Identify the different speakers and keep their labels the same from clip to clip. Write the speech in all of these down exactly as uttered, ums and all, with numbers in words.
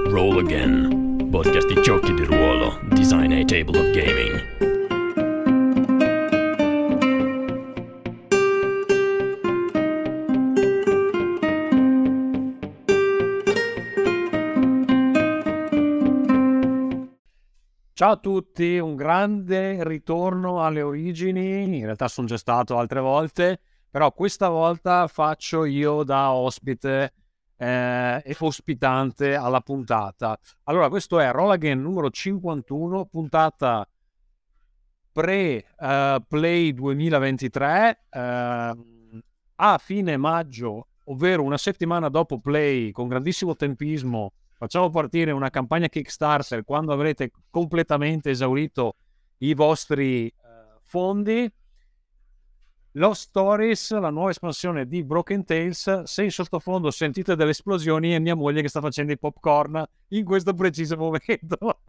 Speaker 1: Roll Again, podcast di giochi di ruolo, design a table of gaming.
Speaker 2: Ciao a tutti, un grande ritorno alle origini. In realtà sono già stato altre volte, però questa volta faccio io da ospite eh, e ospitante alla puntata. Allora, questo è Roll Again numero cinquantuno, puntata pre-Play uh, duemilaventitré, uh, a fine maggio, ovvero una settimana dopo Play, con grandissimo tempismo. Facciamo partire una campagna Kickstarter quando avrete completamente esaurito i vostri uh, fondi. Lost Stories, la nuova espansione di Broken Tales. Se in sottofondo sentite delle esplosioni, è mia moglie che sta facendo i popcorn in questo preciso momento.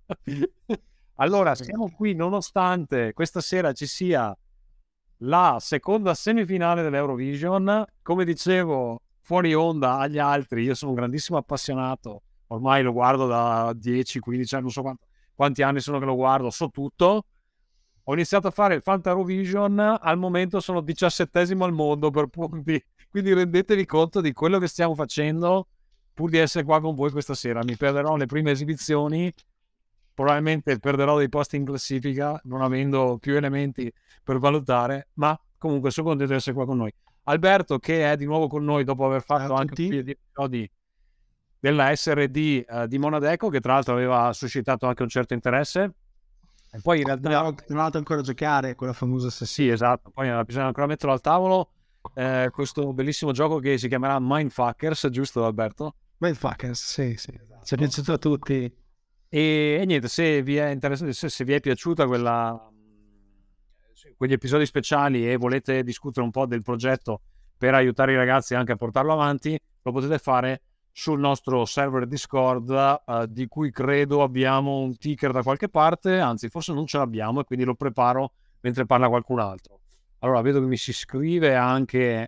Speaker 2: Allora, siamo qui nonostante questa sera ci sia la seconda semifinale dell'Eurovision. Come dicevo fuori onda agli altri, io sono un grandissimo appassionato, ormai lo guardo da dieci quindici anni, non so quanti, quanti anni sono che lo guardo, so tutto. Ho iniziato a fare il Fantarovision, al momento sono diciassettesimo al mondo per punti, quindi rendetevi conto di quello che stiamo facendo pur di essere qua con voi questa sera. Mi perderò le prime esibizioni, probabilmente perderò dei posti in classifica non avendo più elementi per valutare, ma comunque sono contento di essere qua con noi. Alberto, che è di nuovo con noi dopo aver fatto
Speaker 3: Ciao
Speaker 2: anche un episodi della S R D uh, di Monadeco, che tra l'altro aveva suscitato anche un certo interesse. E poi in realtà
Speaker 3: non ho altro ancora a giocare quella famosa sessione.
Speaker 2: Sì, esatto, poi bisogna ancora metterlo al tavolo, eh, questo bellissimo gioco che si chiamerà Mindfuckers, giusto Alberto?
Speaker 3: Mindfuckers, sì, sì, esatto. Ci è piaciuto a tutti.
Speaker 2: E, e niente, se vi è interessato, se, se vi è piaciuta quella quegli episodi speciali e volete discutere un po' del progetto per aiutare i ragazzi anche a portarlo avanti, lo potete fare sul nostro server Discord, uh, di cui credo abbiamo un ticker da qualche parte, anzi forse non ce l'abbiamo e quindi lo preparo mentre parla qualcun altro. Allora vedo che mi si scrive anche eh,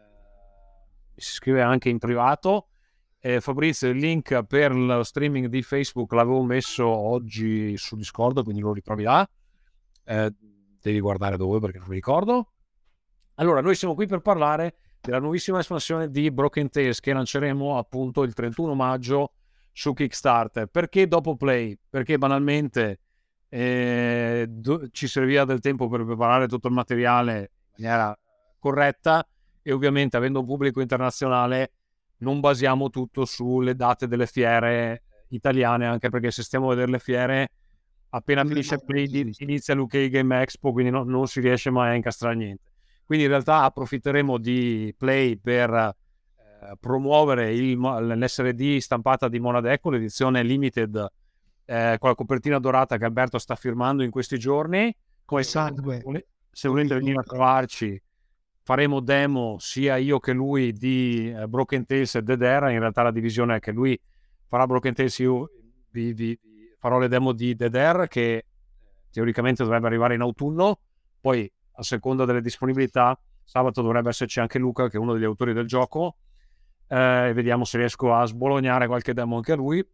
Speaker 2: mi si scrive anche in privato. eh, Fabrizio, il link per lo streaming di Facebook l'avevo messo oggi su Discord, quindi lo ritrovi là. Eh, devi guardare dove perché non mi ricordo. Allora, noi siamo qui per parlare della nuovissima espansione di Broken Tales che lanceremo appunto il trentuno maggio su Kickstarter. Perché dopo Play? Perché banalmente eh, do- ci serviva del tempo per preparare tutto il materiale in maniera corretta e ovviamente avendo un pubblico internazionale non basiamo tutto sulle date delle fiere italiane, anche perché se stiamo a vedere le fiere appena finisce Play inizia l'U K Game Expo, quindi no, non si riesce mai a incastrare niente. Quindi in realtà approfitteremo di Play per eh, promuovere il, l'S R D stampata di Monadeco, l'edizione limited eh, con la copertina dorata che Alberto sta firmando in questi giorni. Come
Speaker 3: sangue.
Speaker 2: Se volete venire a trovarci, faremo demo sia io che lui di eh, Broken Tales e Dead Air. In realtà la divisione è che lui farà Broken Tales, io vi, vi, vi farò le demo di Dead Air che teoricamente dovrebbe arrivare in autunno, poi a seconda delle disponibilità sabato dovrebbe esserci anche Luca che è uno degli autori del gioco, e eh, vediamo se riesco a sbolognare qualche demo anche a lui.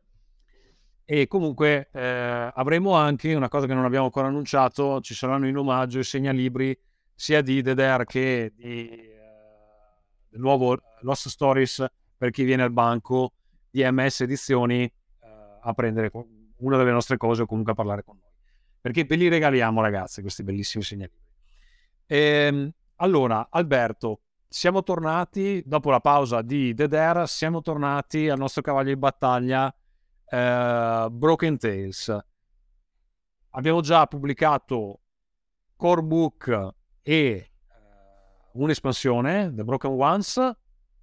Speaker 2: E comunque eh, avremo anche una cosa che non abbiamo ancora annunciato: ci saranno in omaggio i segnalibri sia di Dead Air che di eh, del nuovo Lost Stories per chi viene al banco di M S Edizioni eh, a prendere una delle nostre cose o comunque a parlare con noi, perché ve li regaliamo ragazzi questi bellissimi segnalibri. Ehm, allora, Alberto, siamo tornati dopo la pausa di Dead Air, siamo tornati al nostro cavallo di battaglia eh, Broken Tales. Abbiamo già pubblicato Core Book e eh, un'espansione, The Broken Ones.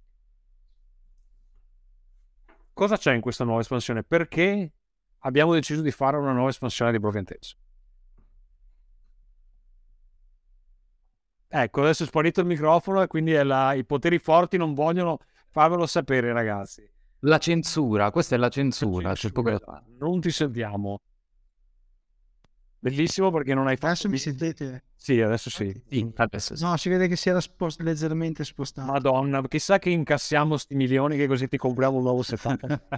Speaker 2: Cosa c'è in questa nuova espansione? Perché abbiamo deciso di fare una nuova espansione di Broken Tales? Ecco, adesso è sparito il microfono e quindi è la... i poteri forti non vogliono farvelo sapere, ragazzi.
Speaker 4: La censura, questa è la censura, c'è poco da fare.
Speaker 2: Non ti sentiamo. Bellissimo perché non hai fatto...
Speaker 3: Adesso mi sentite?
Speaker 2: Sì, adesso sì.
Speaker 4: Sì, adesso sì.
Speaker 3: No, si vede che si era spost- leggermente spostato.
Speaker 2: Madonna, chissà che incassiamo sti milioni che così ti compriamo un nuovo setup.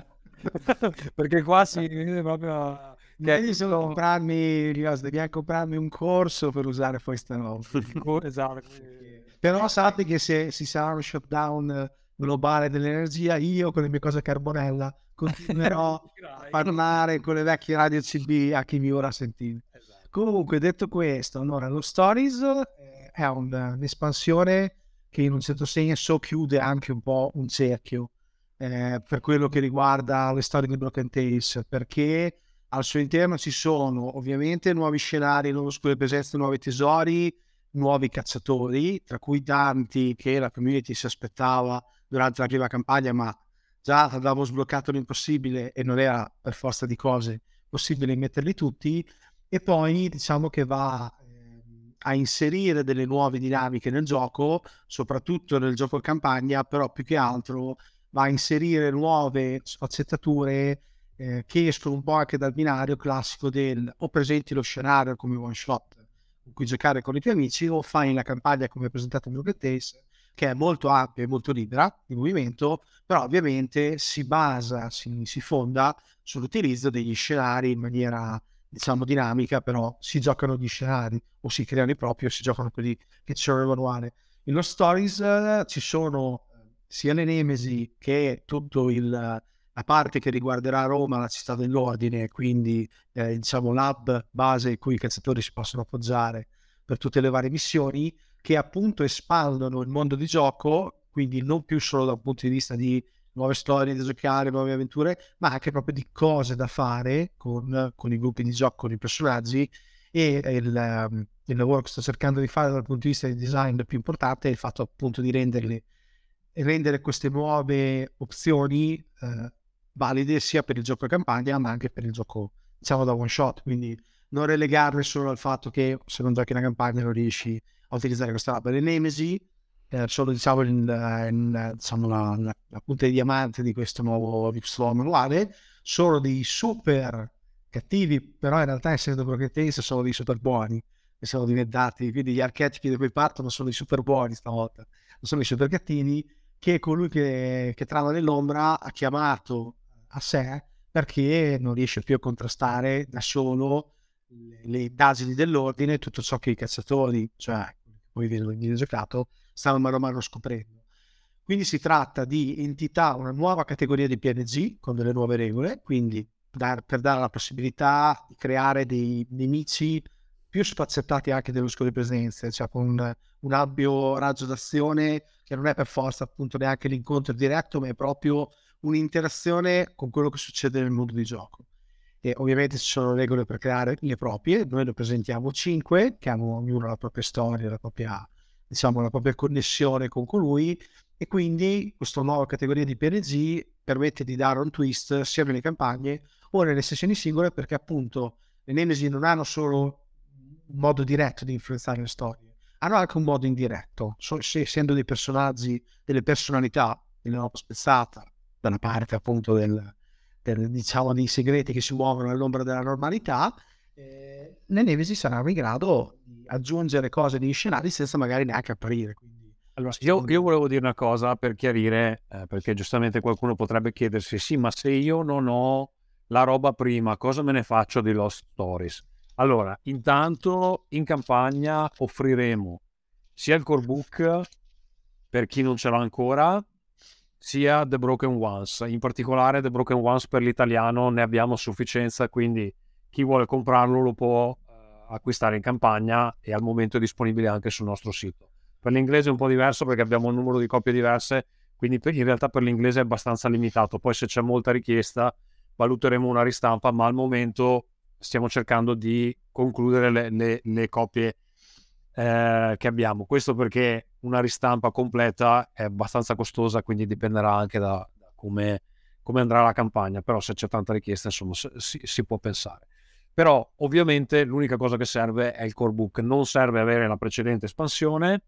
Speaker 2: perché qua si vede proprio che
Speaker 3: Devi solo comprarmi, devi comprarmi un corso per usare questa roba.
Speaker 2: esatto.
Speaker 3: Però sappi che se si sarà uno shutdown globale dell'energia, io con le mie cose a carbonella continuerò a parlare con le vecchie radio C B a chi mi vorrà sentire.
Speaker 2: Esatto.
Speaker 3: Comunque, detto questo, allora lo Stories eh, è un, un'espansione che in un certo senso chiude anche un po' un cerchio eh, per quello che riguarda le storie di Broken Tales, perché al suo interno ci sono ovviamente nuovi scenari, nuove oscure presenze, nuovi tesori, nuovi cacciatori, tra cui tanti che la community si aspettava durante la prima campagna, ma già avevamo sbloccato l'impossibile e non era per forza di cose possibile metterli tutti. E poi diciamo che va eh, a inserire delle nuove dinamiche nel gioco, soprattutto nel gioco campagna, però più che altro va a inserire nuove sfaccettature eh, che escono un po' anche dal binario classico del o presenti lo scenario come one shot con cui giocare con i tuoi amici, o fai la campagna come presentato in Broken Tales, che è molto ampia e molto libera di movimento, però ovviamente si basa, si, si fonda sull'utilizzo degli scenari in maniera diciamo dinamica, però si giocano gli scenari o si creano i propri o si giocano quelli che c'è nel manuale. In Lost Stories eh, ci sono sia le Nemesi che tutto il la parte che riguarderà Roma, la città dell'ordine, quindi eh, diciamo l'hub base in cui i cazzatori si possono appoggiare per tutte le varie missioni, che appunto espandono il mondo di gioco, quindi non più solo dal punto di vista di nuove storie da giocare, nuove avventure, ma anche proprio di cose da fare con, con i gruppi di gioco, con i personaggi. E il, um, il lavoro che sto cercando di fare dal punto di vista di design più importante è il fatto appunto di renderli rendere queste nuove opzioni eh, valide sia per il gioco a campagna ma anche per il gioco diciamo da one shot, quindi non relegarle solo al fatto che se non giochi una campagna non riesci a utilizzare questa roba. Le Nemesi eh, sono diciamo, in, in, diciamo la, la, la punta di diamante di questo nuovo, di questo nuovo manuale, sono dei super cattivi, però in realtà essendo Broken Tales sono dei super buoni che sono diventati, quindi gli archetipi da cui partono sono i super buoni stavolta, non sono i super cattivi, che colui che, che trama nell'ombra ha chiamato a sé perché non riesce più a contrastare da solo le, le indagini dell'ordine, tutto ciò che i cacciatori, cioè poi viene giocato, stanno mano a mano scoprendo. Quindi si tratta di entità, una nuova categoria di P N G con delle nuove regole, quindi dar, per dare la possibilità di creare dei nemici più spazzettati anche dello scudo di presenze, cioè con un, un ampio raggio d'azione che non è per forza appunto neanche l'incontro diretto, ma è proprio un'interazione con quello che succede nel mondo di gioco. E ovviamente ci sono regole per creare le proprie, noi ne presentiamo cinque, che hanno ognuno la propria storia, la propria, diciamo, la propria connessione con colui, e quindi questa nuova categoria di P N G permette di dare un twist sia nelle campagne o nelle sessioni singole, perché appunto le Nemesi non hanno solo un modo diretto di influenzare le storie, hanno anche un modo indiretto, so, se, essendo dei personaggi, delle personalità, in una spezzata da una parte appunto del, del, diciamo dei segreti che si muovono all'ombra della normalità, eh, le Nemesi saranno in grado di aggiungere cose negli scenari senza magari neanche apparire. Quindi,
Speaker 2: allora, io, io volevo dire una cosa per chiarire, eh, perché giustamente qualcuno potrebbe chiedersi, sì, ma se io non ho la roba prima, cosa me ne faccio di Lost Stories? Allora, intanto in campagna offriremo sia il core book per chi non ce l'ha ancora, sia The Broken Ones. In particolare The Broken Ones per l'italiano ne abbiamo a sufficienza, quindi chi vuole comprarlo lo può eh, acquistare in campagna e al momento è disponibile anche sul nostro sito. Per l'inglese è un po' diverso perché abbiamo un numero di copie diverse, quindi per, in realtà per l'inglese è abbastanza limitato. Poi se c'è molta richiesta valuteremo una ristampa, ma al momento stiamo cercando di concludere le, le, le copie eh, che abbiamo. Questo perché una ristampa completa è abbastanza costosa, quindi dipenderà anche da, da come, come andrà la campagna, però se c'è tanta richiesta insomma si, si può pensare. Però ovviamente l'unica cosa che serve è il core book, non serve avere la precedente espansione.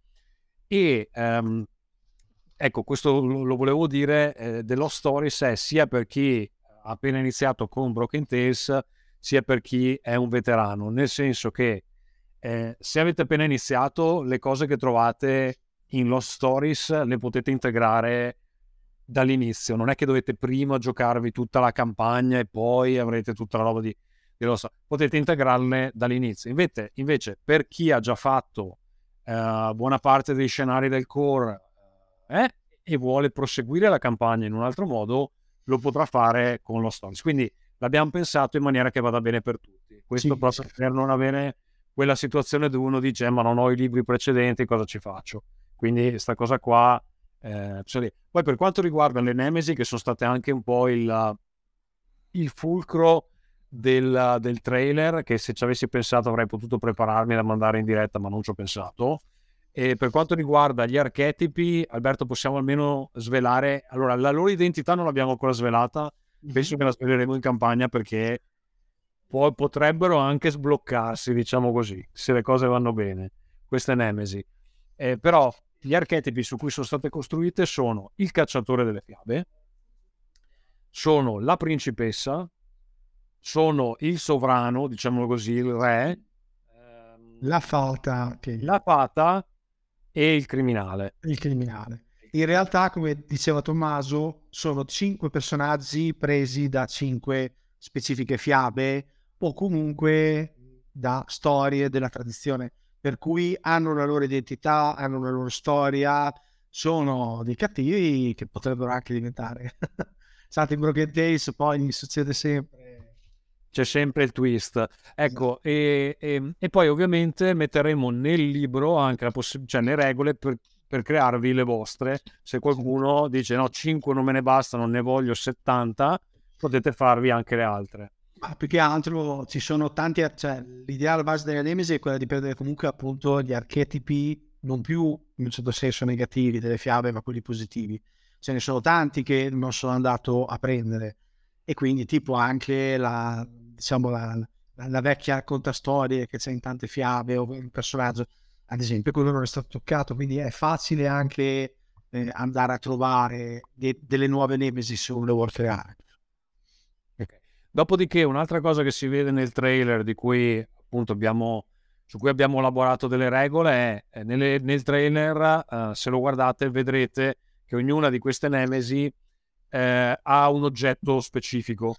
Speaker 2: E um, ecco, questo lo, lo volevo dire, eh, The Lost Stories è sia per chi ha appena iniziato con Broken Tales sia per chi è un veterano, nel senso che eh, se avete appena iniziato, le cose che trovate in Lost Stories le potete integrare dall'inizio, non è che dovete prima giocarvi tutta la campagna e poi avrete tutta la roba di, di lo so. Potete integrarle dall'inizio. Invece, invece per chi ha già fatto eh, buona parte dei scenari del core eh, e vuole proseguire la campagna in un altro modo, lo potrà fare con lo Stories. Quindi l'abbiamo pensato in maniera che vada bene per tutti. Questo
Speaker 3: Sì,
Speaker 2: proprio
Speaker 3: sì.
Speaker 2: per non avere quella situazione dove uno dice ma non ho i libri precedenti, cosa ci faccio? Quindi sta cosa qua eh, poi per quanto riguarda le Nemesi, che sono state anche un po' il, il fulcro del, del trailer, che se ci avessi pensato avrei potuto prepararmi da mandare in diretta, ma non ci ho pensato. E per quanto riguarda gli archetipi, Alberto, possiamo almeno svelare, allora la loro identità non l'abbiamo ancora svelata, penso che la sveleremo in campagna, perché poi potrebbero anche sbloccarsi, diciamo così, se le cose vanno bene, queste Nemesi. Eh, però gli archetipi su cui sono state costruite sono il cacciatore delle fiabe, sono la principessa, sono il sovrano, diciamo così, il re,
Speaker 3: La fata, che
Speaker 2: la fata e il criminale.
Speaker 3: il criminale. In realtà, come diceva Tommaso, sono cinque personaggi presi da cinque specifiche fiabe o comunque da storie della tradizione, per cui hanno la loro identità, hanno la loro storia, sono dei cattivi che potrebbero anche diventare. Salti in Broken Tales, poi gli succede sempre.
Speaker 2: C'è sempre il twist. Ecco, e, e, e poi ovviamente metteremo nel libro anche la possibilità, cioè le regole per, per crearvi le vostre. Se qualcuno dice no, cinque non me ne bastano, ne voglio settanta, potete farvi anche le altre.
Speaker 3: Ma più che altro ci sono tanti, cioè l'idea alla base della Nemesi è quella di prendere comunque appunto gli archetipi non più in un certo senso negativi delle fiabe, ma quelli positivi. Ce ne sono tanti che non sono andato a prendere, e quindi tipo anche la, diciamo la, la, la vecchia raccontastorie che c'è in tante fiabe, o un personaggio, ad esempio, quello non è stato toccato, quindi è facile anche eh, andare a trovare de, delle nuove Nemesi se uno le vuole creare.
Speaker 2: Okay. Dopodiché un'altra cosa che si vede nel trailer, di cui appunto abbiamo, su cui abbiamo elaborato delle regole, è, è nelle, nel trailer, uh, se lo guardate vedrete che ognuna di queste Nemesi eh, ha un oggetto specifico,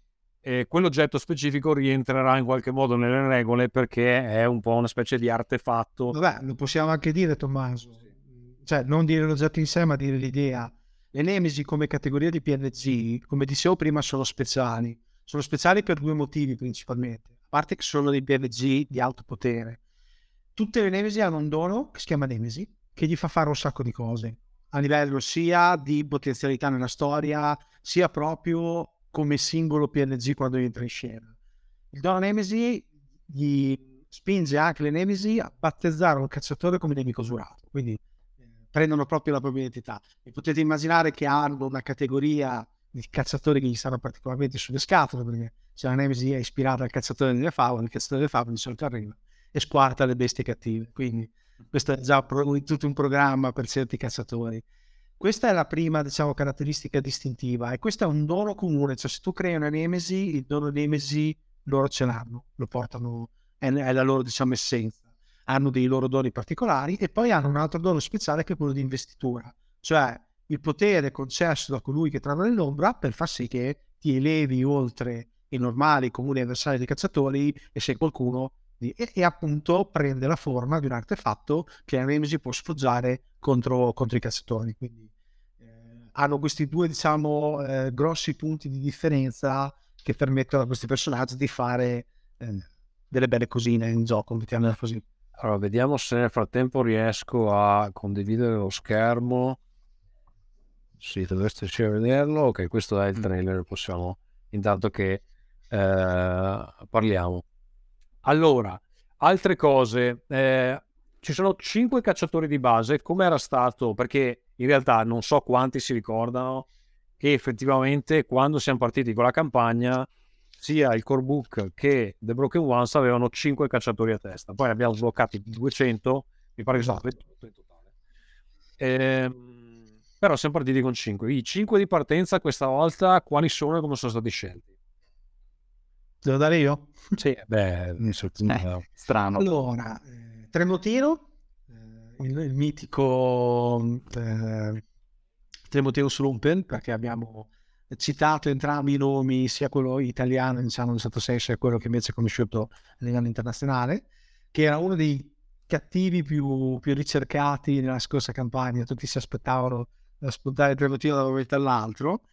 Speaker 2: e quell'oggetto specifico rientrerà in qualche modo nelle regole, perché è un po' una specie di artefatto.
Speaker 3: Vabbè, lo possiamo anche dire, Tommaso, cioè non dire l'oggetto in sé, ma dire l'idea. Le Nemesi come categoria di P N G, come dicevo prima, sono speciali. Sono speciali per due motivi principalmente, a parte che sono dei P N G di alto potere. Tutte le Nemesi hanno un dono che si chiama Nemesi, che gli fa fare un sacco di cose, a livello sia di potenzialità nella storia, sia proprio come singolo P N G quando entra in scena. Il dono Nemesi gli spinge anche le Nemesi a battezzare un cacciatore come nemico giurato, quindi eh, prendono proprio la propria identità. E potete immaginare che hanno una categoria di cacciatori che gli stanno particolarmente sulle scatole, perché se la Nemesi è ispirata al cacciatore delle favole, il cacciatore delle favole di solito arriva e squarta le bestie cattive, quindi questo è già pro- tutto un programma per certi cacciatori. Questa è la prima, diciamo, caratteristica distintiva, e questo è un dono comune, cioè se tu crei una Nemesi, il dono Nemesi loro ce l'hanno, lo portano, è, è la loro, diciamo, essenza. Hanno dei loro doni particolari, e poi hanno un altro dono speciale che è quello di investitura, cioè il potere concesso da colui che trama nell'ombra per far sì che ti elevi oltre i normali comuni avversari dei cacciatori, e se qualcuno e, e appunto prende la forma di un artefatto che la Nemesi può sfoggiare contro, contro i cacciatori. Quindi eh, hanno questi due, diciamo, eh, grossi punti di differenza che permettono a questi personaggi di fare eh, delle belle cosine in gioco, mettiamola così.
Speaker 2: Allora, vediamo se nel frattempo riesco a condividere lo schermo. Sì, dovreste riuscire a vederlo. Ok, questo è il trailer, possiamo, intanto che eh, parliamo. Allora, altre cose, eh, ci sono cinque cacciatori di base, come era stato, perché in realtà non so quanti si ricordano che effettivamente quando siamo partiti con la campagna sia il core book che The Broken Ones avevano cinque cacciatori a testa, poi ne abbiamo sbloccati duecento, mi pare che sono ventotto in totale. Ehm, però siamo partiti con cinque. I cinque di partenza questa volta quali sono e come sono stati scelti?
Speaker 3: Devo dare io?
Speaker 2: Sì, beh,
Speaker 4: Eh, strano.
Speaker 3: Allora, eh, Tremotino, eh, il, il mitico eh, Tremoteus Lumpen, perché abbiamo citato entrambi i nomi, sia quello italiano, diciamo, in un certo senso, e quello che invece è conosciuto a livello internazionale, che era uno dei cattivi più, più ricercati nella scorsa campagna. Tutti si aspettavano da spuntare il Tremotino da un momento all'altro,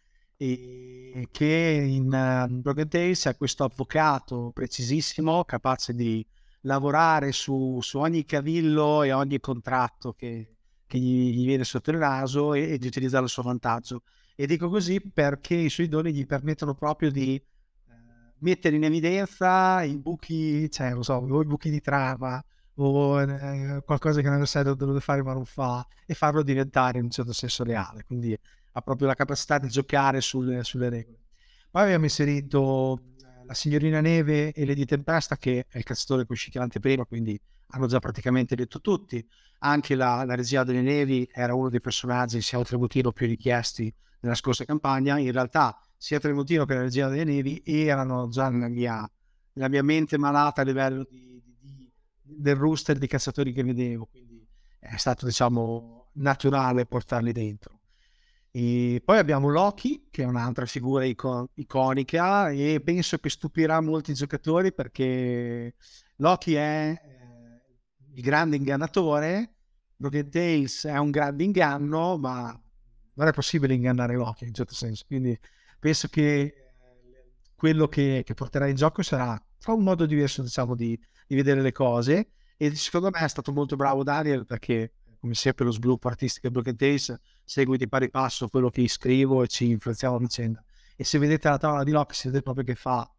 Speaker 3: e che in uh, Broken Tales è questo avvocato precisissimo, capace di lavorare su, su ogni cavillo e ogni contratto che, che gli, gli viene sotto il naso, e, e di utilizzarlo a suo vantaggio. E dico così perché i suoi doni gli permettono proprio di eh, mettere in evidenza i buchi, cioè non so, o i buchi di trama o eh, qualcosa che l'avversario dovrebbe fare ma non fa, e farlo diventare in un certo senso reale. Quindi ha proprio la capacità di giocare sulle, sulle regole. Poi abbiamo inserito la Signorina Neve e Lady Tempesta, che è il cacciatore che è uscito in anteprima, quindi hanno già praticamente detto tutti. Anche la, la Regina delle Nevi era uno dei personaggi sia Tremotino più richiesti nella scorsa campagna. In realtà sia Tremotino che la Regina delle Nevi erano già nella mia, nella mia mente malata a livello di, di, di, del roster di cacciatori che vedevo, quindi è stato, diciamo, naturale portarli dentro. E poi abbiamo Loki, che è un'altra figura icon- iconica, e penso che stupirà molti giocatori, perché Loki è eh, il grande ingannatore. Broken Tales è un grande inganno, ma non è possibile ingannare Loki in un certo senso. Quindi penso che eh, quello che, che porterà in gioco sarà un modo diverso, diciamo, di, di vedere le cose. E secondo me è stato molto bravo Daniel, perché come sempre lo sviluppo artistico di Broken Tales segue di pari passo quello che scrivo e ci influenziamo a vicenda. E se vedete la tavola di Loki, si vede proprio che fa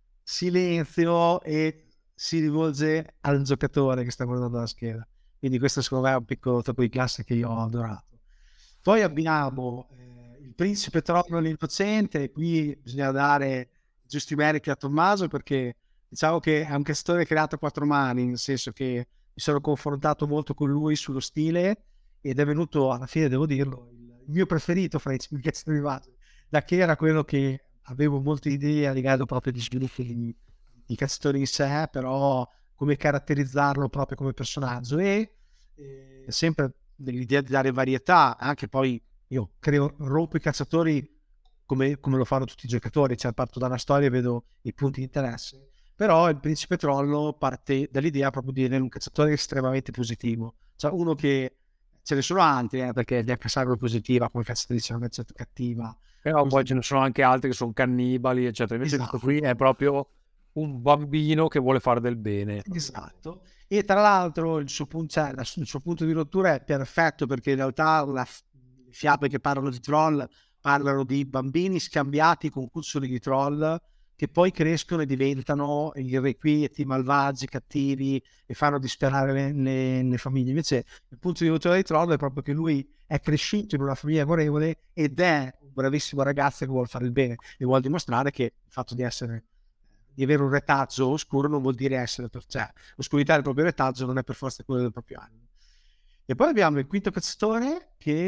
Speaker 3: silenzio e si rivolge al giocatore che sta guardando la scheda. Quindi questo secondo me è un piccolo tocco di classe che io ho adorato. Poi abbiamo eh, il principe Trollo l'innocente. Qui bisogna dare giusti meriti a Tommaso, perché diciamo che è un castore creato a quattro mani, nel senso che mi sono confrontato molto con lui sullo stile, ed è venuto alla fine, devo dirlo, il mio preferito fra i cazzatori base, da che era quello che avevo molte idee a livello proprio di sviluppo di, di cazzatori in sé, però come caratterizzarlo proprio come personaggio, e eh, sempre l'idea di dare varietà. Anche poi io creo, rompo i cazzatori come, come lo fanno tutti i giocatori, cioè parto da una storia e vedo i punti di interesse. Però il principe Trollo parte dall'idea proprio di avere un cacciatore estremamente positivo, cioè uno che ce ne sono altri, eh, perché l'H Sacro è positiva, come cazzatrice è una cazzata cattiva,
Speaker 2: Però
Speaker 3: così.
Speaker 2: poi ce ne sono anche altri che sono cannibali, eccetera. Invece
Speaker 3: Esatto.
Speaker 2: questo qui è proprio un bambino che vuole fare del bene.
Speaker 3: Esatto. E tra l'altro il suo, punto, cioè, il suo punto di rottura è perfetto, perché in realtà la, le fiabe che parlano di troll parlano di bambini scambiati con cuccioli di troll, che poi crescono e diventano irrequieti, malvagi, cattivi, e fanno disperare le, le, le famiglie. Invece il punto di rottura di Troll è proprio che lui è cresciuto in una famiglia amorevole ed è un bravissimo ragazzo che vuole fare il bene, e vuole dimostrare che il fatto di essere di avere un retaggio oscuro non vuol dire essere, cioè l'oscurità del proprio retaggio non è per forza quello del proprio animo. E poi abbiamo il quinto cazzatore, che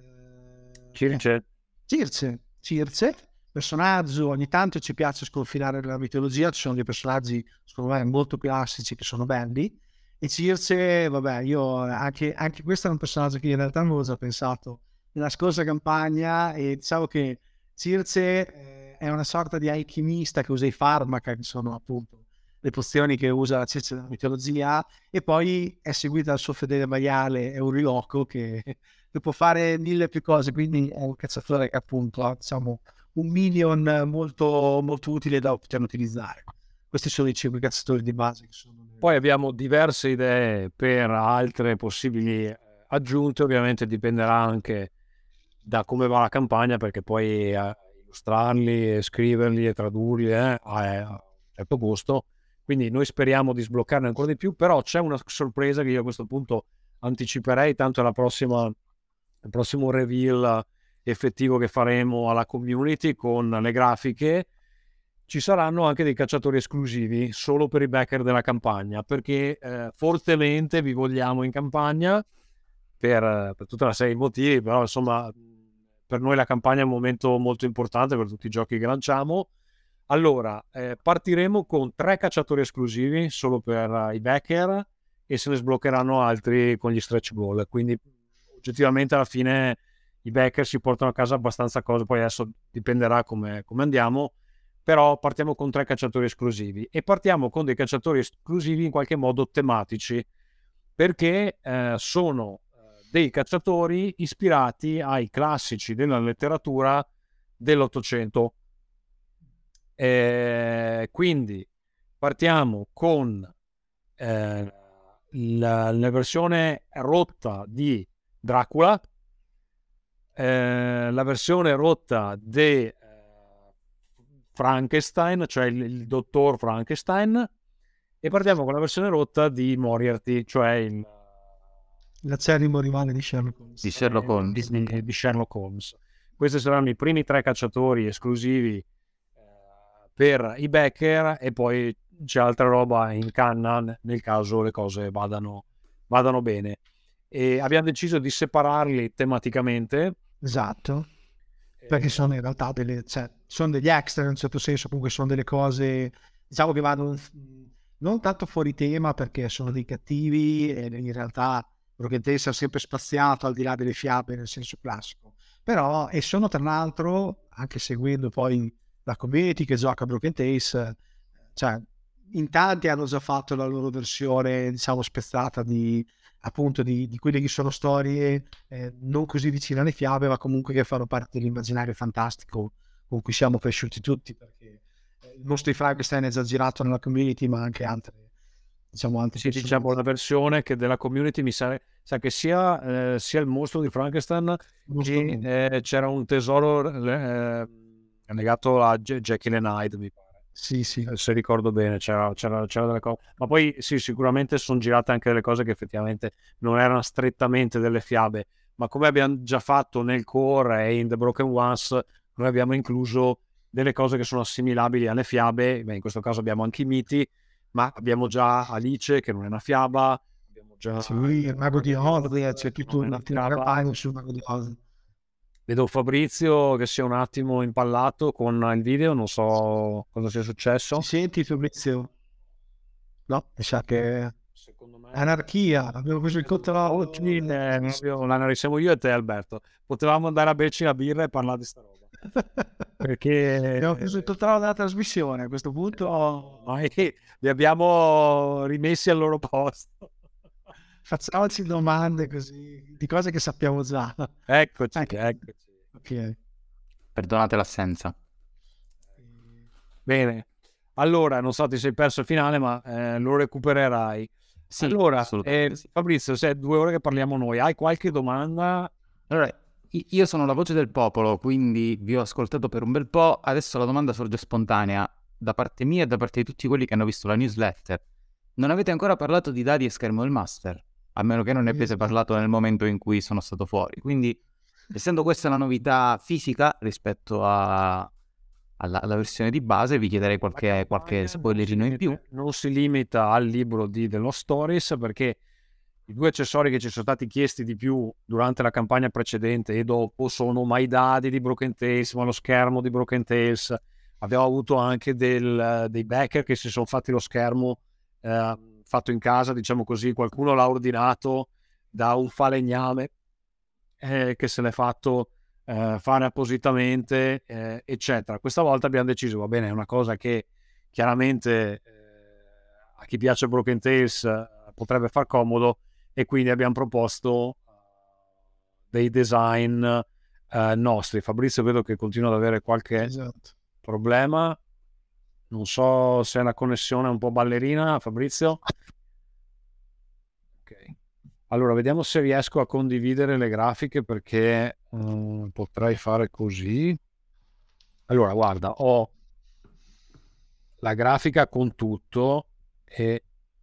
Speaker 3: eh,
Speaker 2: Circe.
Speaker 3: Circe Circe personaggio. Ogni tanto ci piace sconfinare nella mitologia, ci sono dei personaggi secondo me molto classici che sono belli, e Circe, vabbè, io anche, anche questo è un personaggio che in realtà avevo già pensato nella scorsa campagna, e diciamo che Circe eh, è una sorta di alchimista che usa i farmaca, che sono appunto le pozioni che usa la Circe della mitologia, e poi è seguita dal suo fedele maiale Euriloco che, che può fare mille più cose, quindi è un cacciatore che appunto ha, diciamo, un minion molto, molto utile da poter utilizzare. Questi sono i cinque cazzatori di base che sono...
Speaker 2: Poi abbiamo diverse idee per altre possibili aggiunte, ovviamente dipenderà anche da come va la campagna, perché poi eh, illustrarli, scriverli e tradurli eh, a un certo costo, quindi noi speriamo di sbloccarne ancora di più. Però c'è una sorpresa che io a questo punto anticiperei, tanto è la prossima, il prossimo reveal effettivo che faremo alla community con le grafiche. Ci saranno anche dei cacciatori esclusivi solo per i backer della campagna, perché eh, fortemente vi vogliamo in campagna per, per tutta una serie di motivi. Però insomma per noi la campagna è un momento molto importante per tutti i giochi che lanciamo. Allora eh, partiremo con tre cacciatori esclusivi solo per uh, i backer, e se ne sbloccheranno altri con gli stretch goal, quindi oggettivamente alla fine i backer si portano a casa abbastanza cose, poi adesso dipenderà come, come andiamo, però partiamo con tre cacciatori esclusivi e partiamo con dei cacciatori esclusivi in qualche modo tematici, perché eh, sono dei cacciatori ispirati ai classici della letteratura dell'Ottocento. Eh, quindi partiamo con eh, la, la versione rotta di Dracula, eh, la versione rotta di eh, Frankenstein, cioè il, il dottor Frankenstein, e partiamo con la versione rotta di Moriarty, cioè il
Speaker 3: L'acerrimo rivale di Sherlock Holmes.
Speaker 4: Di Sherlock Holmes.
Speaker 2: Di, di Sherlock Holmes. Questi saranno i primi tre cacciatori esclusivi eh, per i backer, e poi c'è altra roba in canna nel caso le cose vadano, vadano bene. E abbiamo deciso di separarli tematicamente.
Speaker 3: Esatto, perché sono in realtà delle, cioè, sono degli extra in un certo senso, comunque sono delle cose, diciamo, che vanno non tanto fuori tema perché sono dei cattivi e in realtà Broken Tales ha sempre spaziato al di là delle fiabe nel senso classico, però, e sono tra l'altro, anche seguendo poi la community che gioca a Broken Tales, cioè in tanti hanno già fatto la loro versione, diciamo, spezzata di appunto di, di quelle che sono storie eh, non così vicine alle fiabe, ma comunque che fanno parte dell'immaginario fantastico con cui siamo cresciuti tutti, perché eh, il mostro di Frankenstein è già girato nella community, ma anche altre, diciamo, altre
Speaker 2: sì, diciamo la versione che della community mi sa, sa che sia, eh, sia il mostro di Frankenstein che eh, c'era un tesoro eh, legato a J- Jekyll and Hyde, mi pare.
Speaker 3: Sì, sì.
Speaker 2: Se ricordo bene, c'era, c'era, c'era delle cose, ma poi sì, sicuramente sono girate anche delle cose che effettivamente non erano strettamente delle fiabe, ma come abbiamo già fatto nel core e in The Broken Ones, noi abbiamo incluso delle cose che sono assimilabili alle fiabe. Beh, in questo caso abbiamo anche i miti, ma abbiamo già Alice, che non è una fiaba, abbiamo già
Speaker 3: sì, il mago di Oz, c'è tutto un attimo sul mago di Oz.
Speaker 2: Vedo Fabrizio che si è un attimo impallato con il video, non so cosa sia successo.
Speaker 3: Ci senti, Fabrizio? No, mi sa che
Speaker 2: secondo me
Speaker 3: anarchia, abbiamo preso il controllo.
Speaker 2: L'anarchia siamo io e te, Alberto. Potevamo andare a berci una birra e parlare di sta roba. Perché
Speaker 3: abbiamo preso il controllo della trasmissione a questo punto.
Speaker 2: Ma li abbiamo rimessi al loro posto.
Speaker 3: Facciamoci domande così di cose che sappiamo già.
Speaker 2: Eccoci, ecco. eccoci.
Speaker 3: Ok.
Speaker 4: Perdonate l'assenza.
Speaker 2: Bene. Allora, non so, ti sei perso il finale, ma eh, lo recupererai.
Speaker 4: Sì,
Speaker 2: allora, eh, sì. Fabrizio, se è due ore che parliamo noi, hai qualche domanda?
Speaker 4: Allora, io sono la voce del popolo, quindi vi ho ascoltato per un bel po'. Adesso la domanda sorge spontanea da parte mia e da parte di tutti quelli che hanno visto la newsletter. Non avete ancora parlato di dadi e schermo del master, a meno che non ne abbiate parlato nel momento in cui sono stato fuori. Quindi, essendo questa la novità fisica rispetto a, alla, alla versione di base, vi chiederei qualche, qualche spoilerino in più.
Speaker 2: Non si limita al libro di The Lost Stories, perché i due accessori che ci sono stati chiesti di più durante la campagna precedente e dopo sono ma i dadi di Broken Tales, ma lo schermo di Broken Tales. Abbiamo avuto anche del, dei backer che si sono fatti lo schermo eh, fatto in casa, diciamo così. Qualcuno l'ha ordinato da un falegname eh, che se l'è fatto eh, fare appositamente, eh, eccetera. Questa volta abbiamo deciso, va bene, è una cosa che chiaramente eh, a chi piace Broken Tales eh, potrebbe far comodo, e quindi abbiamo proposto uh, dei design uh, nostri. Fabrizio vedo che continua ad avere qualche
Speaker 3: esatto.
Speaker 2: problema, non so se è una connessione un po' ballerina, Fabrizio. Ok, allora vediamo se riesco a condividere le grafiche, perché um, potrei fare così. Allora guarda, ho la grafica con tutto e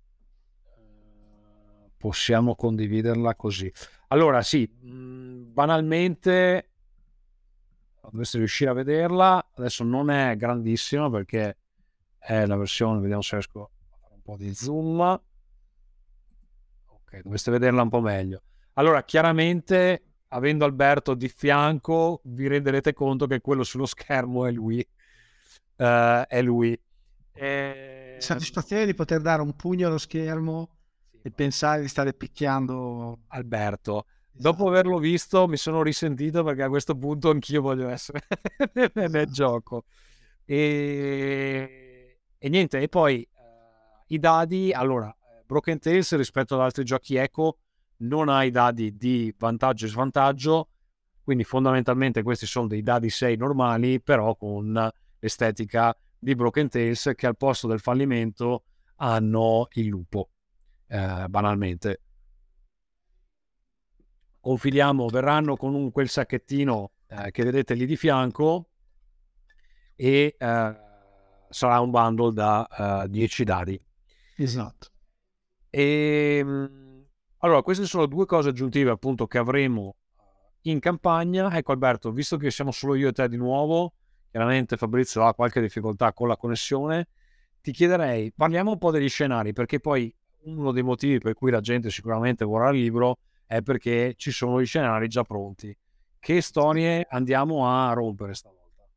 Speaker 2: possiamo condividerla così. Allora sì, mh, banalmente dovreste riuscire a vederla. Adesso non è grandissima perché è la versione, vediamo se riesco a fare un po' di zoom. Ok, dovreste vederla un po' meglio. Allora, chiaramente, avendo Alberto di fianco, vi renderete conto che quello sullo schermo è lui. Uh, è lui. E...
Speaker 3: soddisfazione di poter dare un pugno allo schermo e pensare di stare picchiando
Speaker 2: Alberto. Dopo averlo visto mi sono risentito, perché a questo punto anch'io voglio essere nel gioco. E, e niente, e poi uh, i dadi, allora, Broken Tales rispetto ad altri giochi eco non ha i dadi di vantaggio e svantaggio, quindi fondamentalmente questi sono dei dadi sei normali, però con l'estetica di Broken Tales, che al posto del fallimento hanno il lupo, eh, banalmente. Confiliamo, verranno con un, quel sacchettino eh, che vedete lì di fianco, e eh, sarà un bundle da uh, dieci dadi.
Speaker 3: Esatto.
Speaker 2: E allora, queste sono due cose aggiuntive appunto che avremo in campagna. Ecco Alberto, visto che siamo solo io e te di nuovo, chiaramente Fabrizio ha qualche difficoltà con la connessione, ti chiederei, parliamo un po' degli scenari, perché poi uno dei motivi per cui la gente sicuramente vorrà il libro è perché ci sono gli scenari già pronti. Che storie andiamo a rompere stavolta?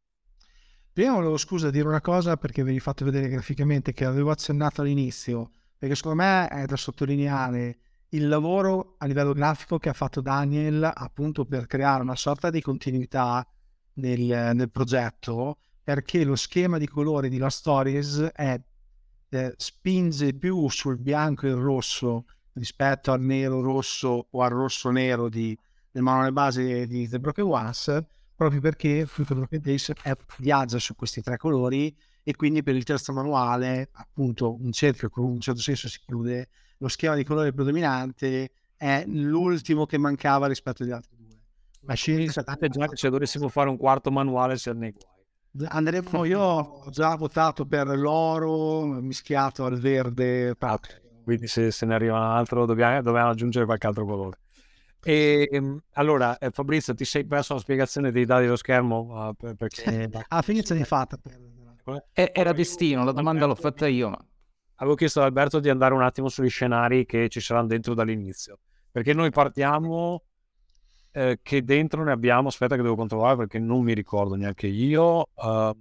Speaker 3: Prima volevo, scusa, dire una cosa, perché vi ho fatto vedere graficamente, che avevo accennato all'inizio, perché secondo me è da sottolineare il lavoro a livello grafico che ha fatto Daniel, appunto per creare una sorta di continuità nel, nel progetto, perché lo schema di colori di Lost Stories è, eh, spinge più sul bianco e il rosso rispetto al nero rosso o al rosso nero di, del manuale base di The Broken Ones, proprio perché Fruit of Broken Tales viaggia su questi tre colori, e quindi per il terzo manuale appunto un cerchio che in un certo senso si chiude, lo schema di colore predominante è l'ultimo che mancava rispetto agli altri due.
Speaker 2: Ma scienza, già che se dovessimo fare un quarto manuale siamo nei guai.
Speaker 3: Andremo, io ho già votato per l'oro mischiato al verde,
Speaker 2: okay. Quindi se, se ne arriva un altro dobbiamo, dobbiamo aggiungere qualche altro colore. E allora eh, Fabrizio, ti sei perso la spiegazione dei dati dello schermo? Uh, perché
Speaker 3: alla fine ce l'hai fatta per...
Speaker 4: eh, era destino, la domanda l'ho fatta io, ma
Speaker 2: avevo chiesto ad Alberto di andare un attimo sugli scenari che ci saranno dentro dall'inizio, perché noi partiamo eh, che dentro ne abbiamo, aspetta che devo controllare perché non mi ricordo neanche io, uh,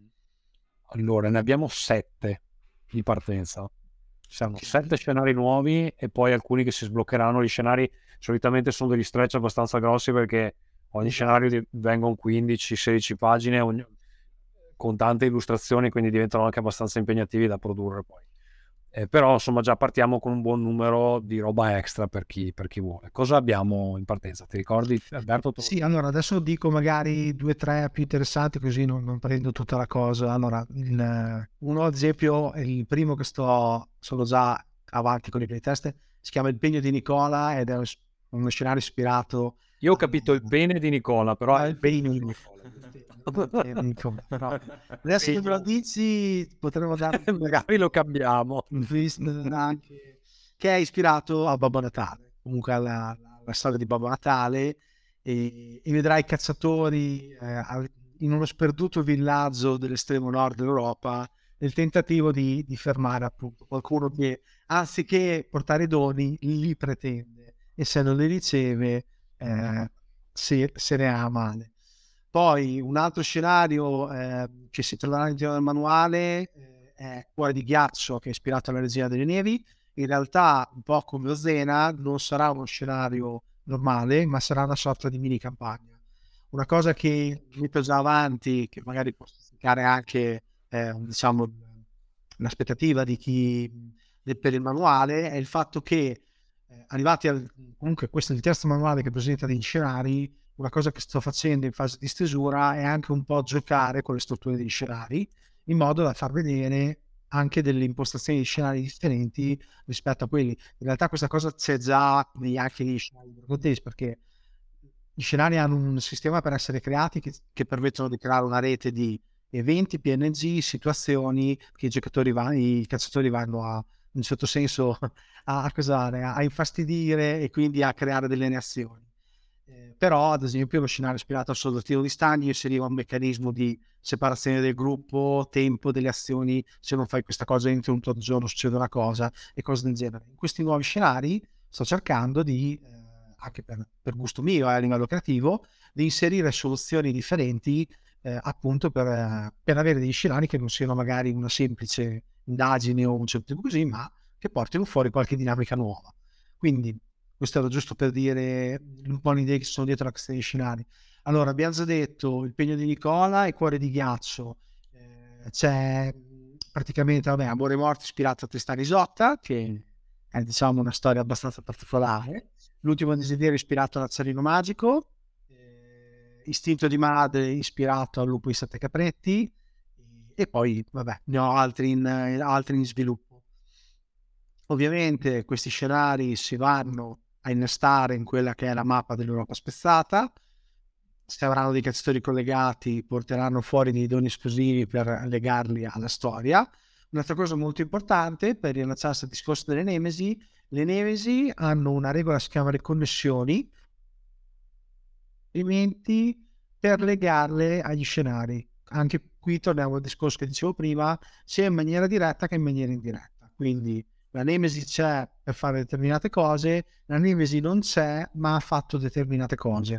Speaker 2: allora ne abbiamo sette di partenza. Ci saranno sette scenari nuovi e poi alcuni che si sbloccheranno. Gli scenari solitamente sono degli stretch abbastanza grossi, perché ogni scenario vengono quindici sedici pagine ogni, con tante illustrazioni, quindi diventano anche abbastanza impegnativi da produrre poi. Eh, però insomma già partiamo con un buon numero di roba extra per chi, per chi vuole. Cosa abbiamo in partenza? Ti ricordi, Alberto?
Speaker 3: Sì, allora adesso dico magari due o tre più interessanti, così non, non prendo tutta la cosa. Allora, il, uno ad esempio è il primo che sto, sono già avanti con i playtest, si chiama Il Pegno di Nicola ed è uno scenario ispirato.
Speaker 2: Io ho capito il bene di Nicola, però è il pegno di Nicola.
Speaker 3: Però adesso che me lo dici potremmo dare
Speaker 2: magari lo cambiamo,
Speaker 3: anche, che è ispirato a Babbo Natale, comunque alla, alla storia di Babbo Natale, e, e vedrai cacciatori eh, in uno sperduto villaggio dell'estremo nord d'Europa nel tentativo di, di fermare appunto qualcuno che anziché portare doni li pretende, e se non li riceve eh, se, se ne ha male. Poi un altro scenario eh, che si troverà all'interno del manuale eh, è Cuore di Ghiaccio, che è ispirato alla Regina delle Nevi. In realtà, un po' come Ozena, non sarà uno scenario normale, ma sarà una sorta di mini campagna. Una cosa che metto già avanti, che magari può spiegare anche eh, diciamo l'aspettativa di chi per il manuale, è il fatto che eh, arrivati al, comunque questo è il terzo manuale che presenta degli scenari. Una cosa che sto facendo in fase di stesura è anche un po' giocare con le strutture degli scenari, in modo da far vedere anche delle impostazioni di scenari differenti rispetto a quelli. In realtà questa cosa c'è già anche negli scenari di Broken Tales, perché gli scenari hanno un sistema per essere creati che, che permettono di creare una rete di eventi, P N G, situazioni che i giocatori vanno, i cacciatori vanno a, in un certo senso, a, a, a infastidire e quindi a creare delle reazioni. Eh, però ad esempio lo scenario ispirato al soldatino di stagni inseriva un meccanismo di separazione del gruppo, tempo delle azioni, se non fai questa cosa entro un tot giorno succede una cosa e cose del genere. In questi nuovi scenari sto cercando di, eh, anche per, per gusto mio eh, a livello creativo, di inserire soluzioni differenti eh, appunto per, eh, per avere degli scenari che non siano magari una semplice indagine o un certo tipo così, ma che portino fuori qualche dinamica nuova. Quindi Questo era giusto per dire un po' l'idea che sono dietro la questione dei scenari. Allora, abbiamo già detto Il pegno di Nicola e Cuore di ghiaccio. Eh, c'è praticamente, vabbè, Amore e morte ispirato a Tristano e Isotta, che è, diciamo, una storia abbastanza particolare. L'ultimo desiderio ispirato al Lazzarino magico. Eh, Istinto di madre ispirato al Lupo i sette capretti. E poi, vabbè, ne ho altri in, altri in sviluppo. Ovviamente questi scenari si vanno a innestare in quella che è la mappa dell'Europa spezzata. Se avranno dei cazzatori collegati, porteranno fuori dei doni esclusivi per legarli alla storia. Un'altra cosa molto importante, per riallacciarsi al discorso delle Nemesi, le Nemesi hanno una regola che si chiama le connessioni, elementi per legarle agli scenari. Anche qui torniamo al discorso che dicevo prima, sia in maniera diretta che in maniera indiretta. Quindi la Nemesi c'è per fare determinate cose, la Nemesi non c'è, ma ha fatto determinate cose.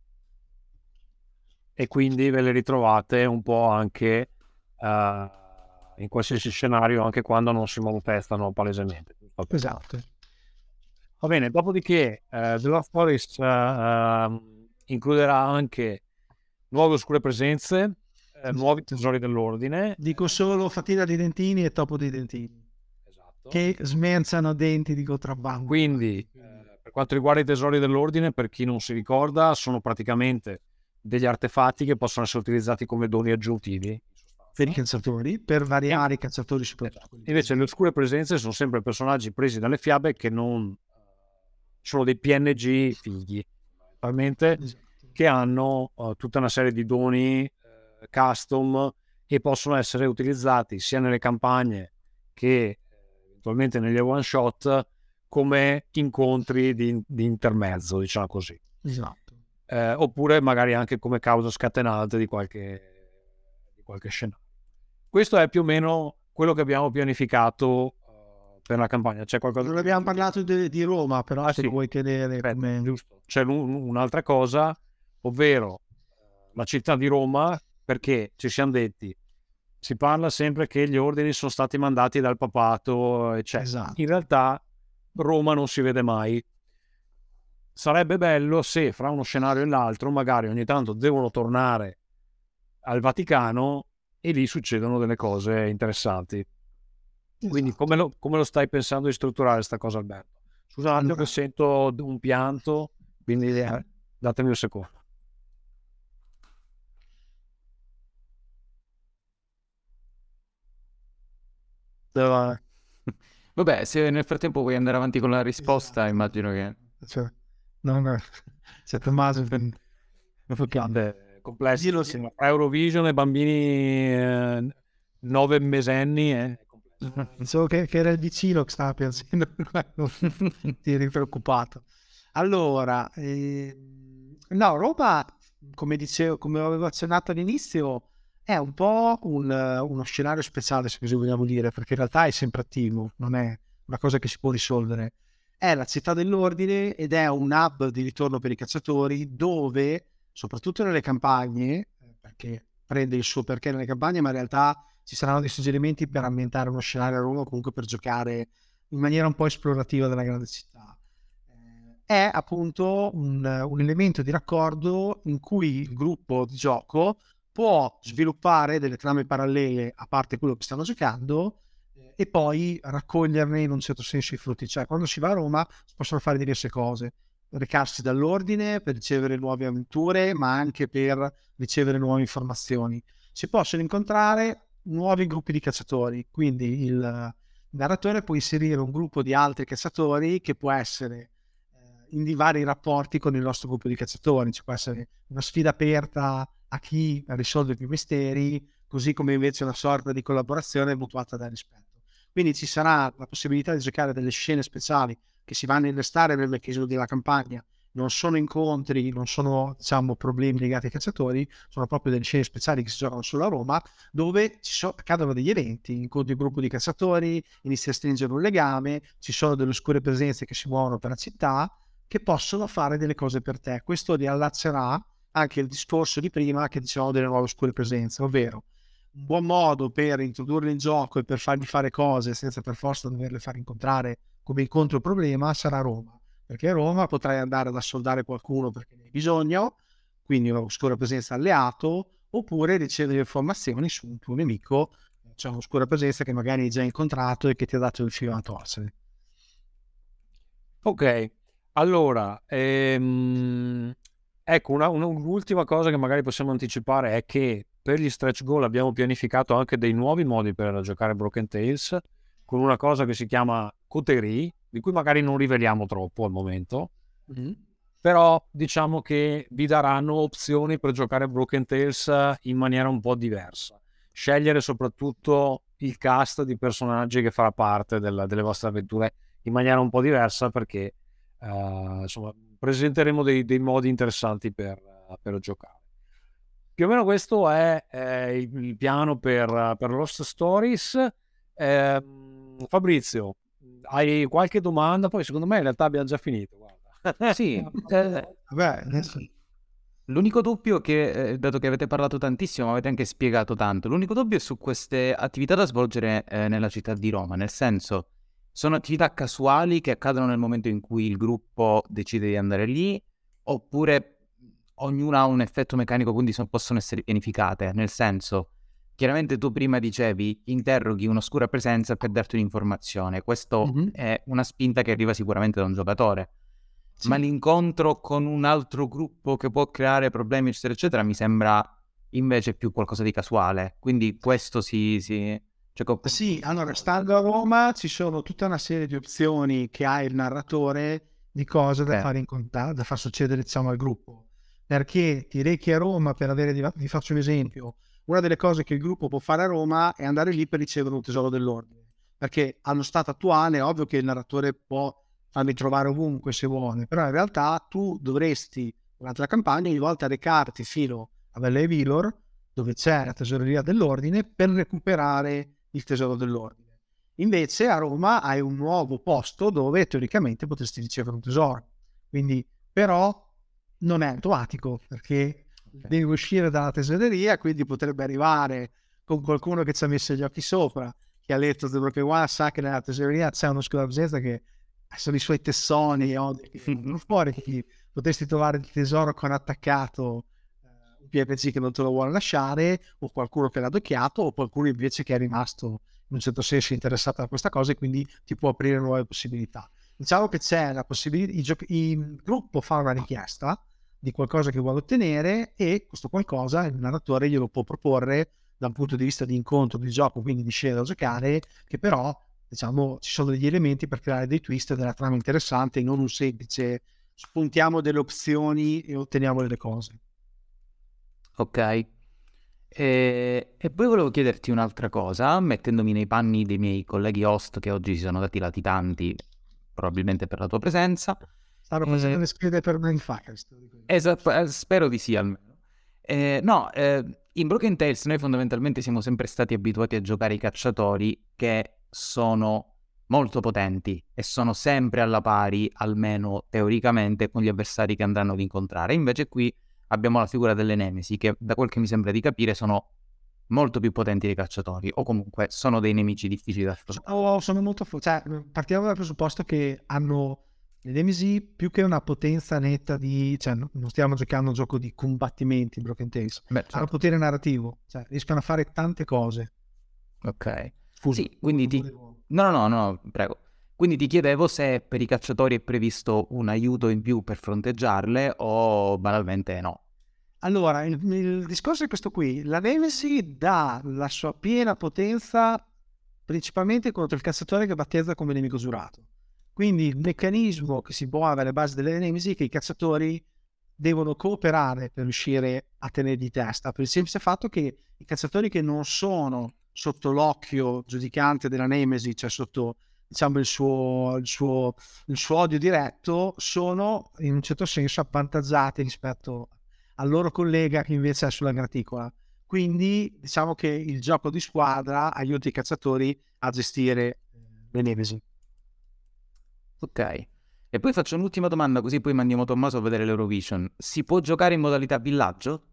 Speaker 2: E quindi ve le ritrovate un po' anche uh, in qualsiasi scenario, anche quando non si manifestano palesemente.
Speaker 3: Esatto.
Speaker 2: Va bene, dopodiché uh, The Lost Forest uh, uh, includerà anche nuove oscure presenze, uh, nuovi tesori dell'ordine.
Speaker 3: Dico solo Fatina dei Dentini e Topo dei Dentini. Esatto. Che smerzano denti di contrabbando.
Speaker 2: Quindi, uh, per quanto riguarda i tesori dell'ordine, per chi non si ricorda, sono praticamente degli artefatti che possono essere utilizzati come doni aggiuntivi
Speaker 3: per i cacciatori, per variare i cacciatori soprattutto.
Speaker 2: Invece le oscure presenze sono sempre personaggi presi dalle fiabe che non sono dei P N G fighi, probabilmente, esatto, che hanno uh, tutta una serie di doni uh, custom e possono essere utilizzati sia nelle campagne che uh, eventualmente negli one shot come incontri di, di intermezzo, diciamo così.
Speaker 3: Esatto.
Speaker 2: Eh, oppure magari anche come causa scatenante di qualche, di qualche scenario. Questo è più o meno quello che abbiamo pianificato uh, per la campagna. C'è qualcosa?
Speaker 3: Non abbiamo parlato di, di Roma, però ah, se sì, vuoi tenere
Speaker 2: Beh, come... giusto. C'è un, un'altra cosa, ovvero la città di Roma, perché ci siamo detti, si parla sempre che gli ordini sono stati mandati dal papato, eccetera. Esatto. In realtà Roma non si vede mai. Sarebbe bello se fra uno scenario e l'altro magari ogni tanto devono tornare al Vaticano e lì succedono delle cose interessanti. Esatto. Quindi come lo, come lo stai pensando di strutturare questa cosa, Alberto? Scusa un attimo che sento un pianto, quindi eh, datemi un secondo.
Speaker 4: Dove... Vabbè, se nel frattempo vuoi andare avanti con la risposta, esatto, immagino che...
Speaker 3: Cioè... No, no, c'è Tommaso per...
Speaker 2: complessi, lo sì. Eurovision e bambini eh, nove mesenni eh.
Speaker 3: So che, che era il vicino che stava pensando, ti eri preoccupato. Allora, eh, no, Roma, come dicevo, come avevo accennato all'inizio, è un po' un, uno scenario speciale, se così vogliamo dire, perché in realtà è sempre attivo, non è una cosa che si può risolvere. È la città dell'ordine ed è un hub di ritorno per i cacciatori dove, soprattutto nelle campagne, perché prende il suo perché nelle campagne, ma in realtà ci saranno dei suggerimenti per ambientare uno scenario a Roma, comunque per giocare in maniera un po' esplorativa della grande città. È appunto un, un elemento di raccordo in cui il gruppo di gioco può sviluppare delle trame parallele a parte quello che stanno giocando e poi raccoglierne in un certo senso i frutti. Cioè, quando si va a Roma si possono fare diverse cose: recarsi dall'ordine per ricevere nuove avventure, ma anche per ricevere nuove informazioni. Si possono incontrare nuovi gruppi di cacciatori, quindi il narratore può inserire un gruppo di altri cacciatori che può essere eh, in vari rapporti con il nostro gruppo di cacciatori. Ci può essere una sfida aperta a chi risolve più misteri, così come invece una sorta di collaborazione mutuata dal rispetto. Quindi ci sarà la possibilità di giocare delle scene speciali che si vanno a innestare nel meccanismo della campagna. Non sono incontri, non sono, diciamo, problemi legati ai cacciatori, sono proprio delle scene speciali che si giocano solo a Roma, dove ci so, accadono degli eventi, incontri un gruppo di cacciatori, inizia a stringere un legame, ci sono delle oscure presenze che si muovono per la città, che possono fare delle cose per te. Questo riallaccerà anche il discorso di prima che dicevamo delle nuove oscure presenze, ovvero un buon modo per introdurle in gioco e per fargli fare cose senza per forza doverle far incontrare come incontro problema sarà Roma. perché a Roma potrai andare ad assoldare qualcuno perché ne hai bisogno, quindi un'oscura presenza alleato, oppure ricevere informazioni su un tuo nemico, c'è un'oscura presenza che magari hai già incontrato e che ti ha dato il filo a torcere.
Speaker 2: Ok, allora, ehm, ecco, una, una- un'ultima cosa che magari possiamo anticipare è che per gli stretch goal abbiamo pianificato anche dei nuovi modi per giocare Broken Tales, con una cosa che si chiama coterie, di cui magari non riveliamo troppo al momento, però diciamo che vi daranno opzioni per giocare Broken Tales in maniera un po' diversa. Scegliere soprattutto il cast di personaggi che farà parte del- delle vostre avventure in maniera un po' diversa, perché eh, insomma presenteremo dei, dei modi interessanti per, per giocare. Più o meno questo è eh, il, il piano per, per Lost Stories. Ehm, Fabrizio, hai qualche domanda? Poi secondo me in realtà abbiamo già finito. Guarda.
Speaker 4: Sì, eh,
Speaker 3: Vabbè, adesso...
Speaker 4: l'unico dubbio che, eh, dato che avete parlato tantissimo, ma avete anche spiegato tanto, l'unico dubbio è su queste attività da svolgere eh, nella città di Roma, nel senso, sono attività casuali che accadono nel momento in cui il gruppo decide di andare lì, oppure ognuna ha un effetto meccanico, quindi so- possono essere pianificate, nel senso, chiaramente tu prima dicevi, interroghi un'oscura presenza per darti un'informazione, questo
Speaker 3: Mhm.
Speaker 4: è una spinta che arriva sicuramente da un giocatore.
Speaker 3: Sì.
Speaker 4: Ma l'incontro con un altro gruppo che può creare problemi, eccetera, eccetera, mi sembra invece più qualcosa di casuale. Quindi questo si... si... cioè, co-
Speaker 3: Sì, allora, stando a Roma ci sono tutta una serie di opzioni che ha il narratore di cose da
Speaker 4: Ok.
Speaker 3: fare incontrare, da far succedere, diciamo, al gruppo. Perché ti rechi a Roma per avere, di- vi faccio un esempio, una delle cose che il gruppo può fare a Roma è andare lì per ricevere un tesoro dell'ordine. Perché allo stato attuale è ovvio che il narratore può farli trovare ovunque se vuole, però in realtà tu dovresti, durante la campagna, ogni volta recarti fino a Valle Vilor, dove c'è la tesoreria dell'ordine, per recuperare il tesoro dell'ordine. Invece a Roma hai un nuovo posto dove teoricamente potresti ricevere un tesoro. Quindi, però, non è automatico, perché devi uscire dalla tesoreria, quindi potrebbe arrivare con qualcuno che ci ha messo gli occhi sopra, che ha letto The Broken One, sa che nella tesoreria c'è uno presenza che sono i suoi tessoni e odi che vengono fuori, quindi potresti trovare il tesoro con attaccato eh, un P N G che non te lo vuole lasciare, o qualcuno che l'ha adocchiato, o qualcuno invece che è rimasto in un certo senso interessato a questa cosa e quindi ti può aprire nuove possibilità. Diciamo che c'è la possibilità, il, gioc- il gruppo fa una richiesta di qualcosa che vuole ottenere e questo qualcosa il narratore glielo può proporre da un punto di vista di incontro, di gioco, quindi di scena da giocare, che però diciamo ci sono degli elementi per creare dei twist e della trama interessante, non un semplice spuntiamo delle opzioni e otteniamo delle cose.
Speaker 4: Ok. E, e poi volevo chiederti un'altra cosa, mettendomi nei panni dei miei colleghi host che oggi si sono dati latitanti, probabilmente per la tua presenza.
Speaker 3: Stanno
Speaker 4: Eh,
Speaker 3: facendo le schede per Mindfucker.
Speaker 4: Esatto, eh, spero di sì almeno. Eh, no, eh, in Broken Tales noi fondamentalmente siamo sempre stati abituati a giocare i cacciatori che sono molto potenti e sono sempre alla pari, almeno teoricamente, con gli avversari che andranno ad incontrare. Invece qui abbiamo la figura delle Nemesi che, da quel che mi sembra di capire, sono molto più potenti dei cacciatori, o comunque sono dei nemici difficili da affrontare.
Speaker 3: Oh, sono molto fo- cioè, partiamo dal presupposto che hanno le Nemesi più che una potenza netta di, cioè no- non stiamo giocando un gioco di combattimenti Broken Tales,
Speaker 4: Beh,
Speaker 3: hanno
Speaker 4: certo.
Speaker 3: potere narrativo, cioè riescono a fare tante cose.
Speaker 4: Ok.
Speaker 3: Scusa,
Speaker 4: Sì, quindi ti... No, no, no, no, prego. Quindi ti chiedevo se per i cacciatori è previsto un aiuto in più per fronteggiarle o banalmente no.
Speaker 3: Allora, il, il discorso è questo qui, la Nemesi dà la sua piena potenza principalmente contro il cacciatore che battezza come nemico giurato. Quindi il meccanismo che si muove alle basi delle Nemesi è che i cacciatori devono cooperare per riuscire a tenere di testa, per il semplice fatto che i cacciatori che non sono sotto l'occhio giudicante della Nemesi, cioè sotto diciamo il suo, il suo, il suo odio diretto, sono in un certo senso avvantaggiati rispetto al loro collega che invece è sulla graticola. Quindi diciamo che il gioco di squadra aiuta i cacciatori a gestire le Nemesi.
Speaker 4: Ok. E poi faccio un'ultima domanda così poi mandiamo Tommaso a vedere l'Eurovision. Si può giocare in modalità villaggio?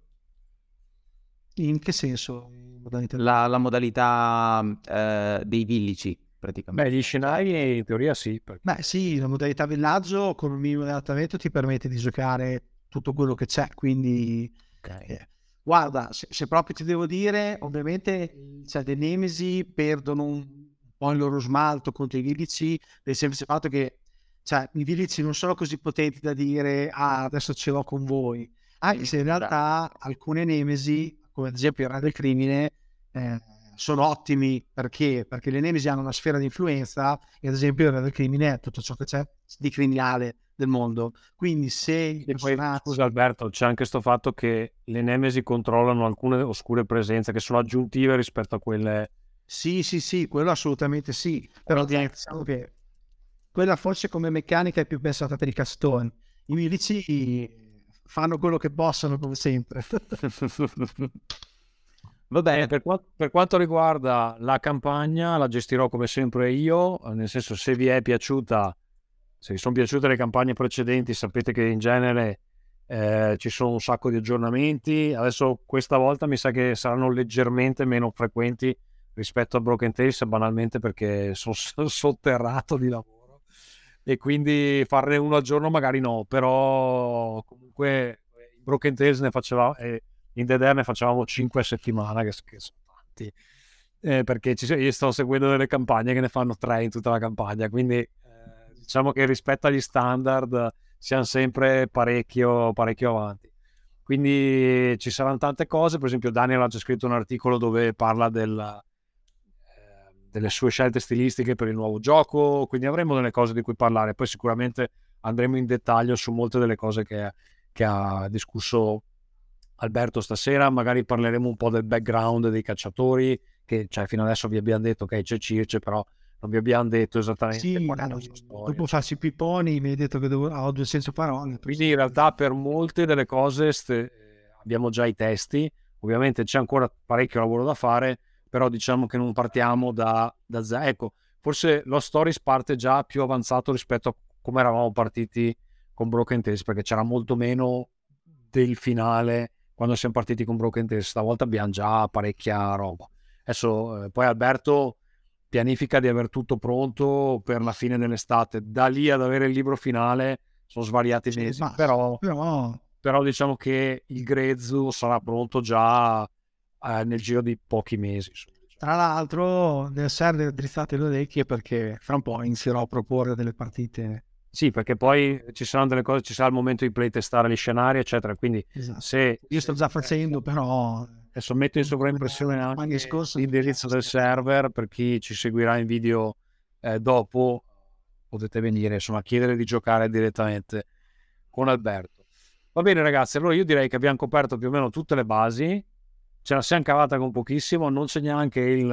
Speaker 3: In che senso? In modalità-
Speaker 4: La, la modalità eh, dei villici. praticamente.
Speaker 2: Beh, gli scenari in teoria sì. Perché...
Speaker 3: Beh sì, la modalità villaggio con un minimo di adattamento ti permette di giocare tutto quello che c'è, quindi
Speaker 4: Okay.
Speaker 3: eh, guarda, se, se proprio ti devo dire, ovviamente cioè, dei Nemesi perdono un po' il loro smalto contro i Vilici per il semplice fatto che cioè, i Vilici non sono così potenti da dire ah adesso ce l'ho con voi, anche se in realtà alcune Nemesi, come ad esempio il Re del Crimine, eh, sono ottimi perché? Perché le Nemesi hanno una sfera di influenza e ad esempio il Re del Crimine è tutto ciò che c'è di criminale del mondo, quindi se i
Speaker 2: E poi,
Speaker 3: personaggi...
Speaker 2: scusa Alberto, c'è anche questo fatto che le Nemesi controllano alcune oscure presenze che sono aggiuntive rispetto a quelle...
Speaker 3: Sì, sì, sì, quello assolutamente sì, però diciamo che quella forse come meccanica è più pensata per i castoni. I milici fanno quello che possono come sempre.
Speaker 2: Va bene, per, qua- per quanto riguarda la campagna la gestirò come sempre io, nel senso se vi è piaciuta, se vi sono piaciute le campagne precedenti sapete che in genere eh, ci sono un sacco di aggiornamenti. Adesso questa volta mi sa che saranno leggermente meno frequenti rispetto a Broken Tales, banalmente perché sono sotterrato di lavoro e quindi farne uno al giorno magari no, però comunque in Broken Tales ne faceva eh, in D D R ne facevamo cinque a settimana, che, che sono tanti, eh, perché ci, io sto seguendo delle campagne che ne fanno tre in tutta la campagna, quindi eh, diciamo che rispetto agli standard siamo sempre parecchio, parecchio avanti. Quindi ci saranno tante cose, per esempio Daniel ha già scritto un articolo dove parla del, eh, delle sue scelte stilistiche per il nuovo gioco, quindi avremo delle cose di cui parlare, poi sicuramente andremo in dettaglio su molte delle cose che, che ha discusso Alberto stasera. Magari parleremo un po' del background dei cacciatori, che cioè, fino adesso vi abbiamo detto che okay, c'è Circe, però non vi abbiamo detto esattamente
Speaker 3: Sì,
Speaker 2: qual è la
Speaker 3: no,
Speaker 2: sua storia.
Speaker 3: dopo farsi pipponi mi hai detto che devo, ho due senza parole.
Speaker 2: Quindi in realtà per molte delle cose ste, abbiamo già i testi, ovviamente c'è ancora parecchio lavoro da fare, però diciamo che non partiamo da, da zero. Ecco, forse Lost Stories parte già più avanzato rispetto a come eravamo partiti con Broken Tales, perché c'era molto meno del finale quando siamo partiti con Broken Tales. Stavolta abbiamo già parecchia roba. Adesso eh, poi Alberto pianifica di aver tutto pronto per la fine dell'estate, da lì ad avere il libro finale sono svariati
Speaker 3: Sì,
Speaker 2: mesi,
Speaker 3: ma-
Speaker 2: però,
Speaker 3: però
Speaker 2: però diciamo che il grezzo sarà pronto già eh, nel giro di pochi mesi. insomma, diciamo.
Speaker 3: tra l'altro deve essere drizzate le orecchie perché fra un po' inizierò a proporre delle partite.
Speaker 2: Sì, perché poi ci saranno delle cose, ci sarà il momento di playtestare gli scenari, eccetera. Quindi
Speaker 3: Esatto.
Speaker 2: se
Speaker 3: Io sto già facendo, però
Speaker 2: adesso metto in sovraimpressione anche l'indirizzo del server per chi ci seguirà in video eh, dopo, potete venire insomma a chiedere di giocare direttamente con Alberto. Va bene ragazzi, allora io direi che abbiamo coperto più o meno tutte le basi, ce la siamo cavata con pochissimo, non c'è neanche il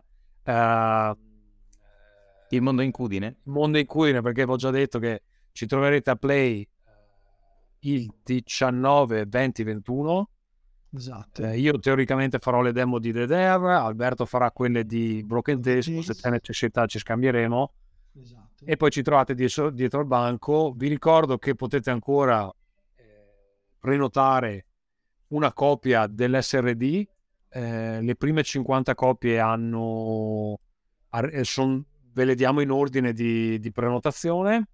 Speaker 2: uh,
Speaker 4: Il mondo incudine?
Speaker 2: il mondo incudine, perché vi ho già detto che ci troverete a Play il diciannove, venti, ventuno.
Speaker 3: esatto.
Speaker 2: Eh, io teoricamente farò le demo di The Dev, Alberto farà quelle di Broken Tales, se c'è necessità ci scambieremo.
Speaker 3: Esatto.
Speaker 2: E poi ci trovate dietro, dietro al banco. Vi ricordo che potete ancora eh, prenotare una copia dell'S R D. Eh, le prime cinquanta copie hanno son, ve le diamo in ordine di, di prenotazione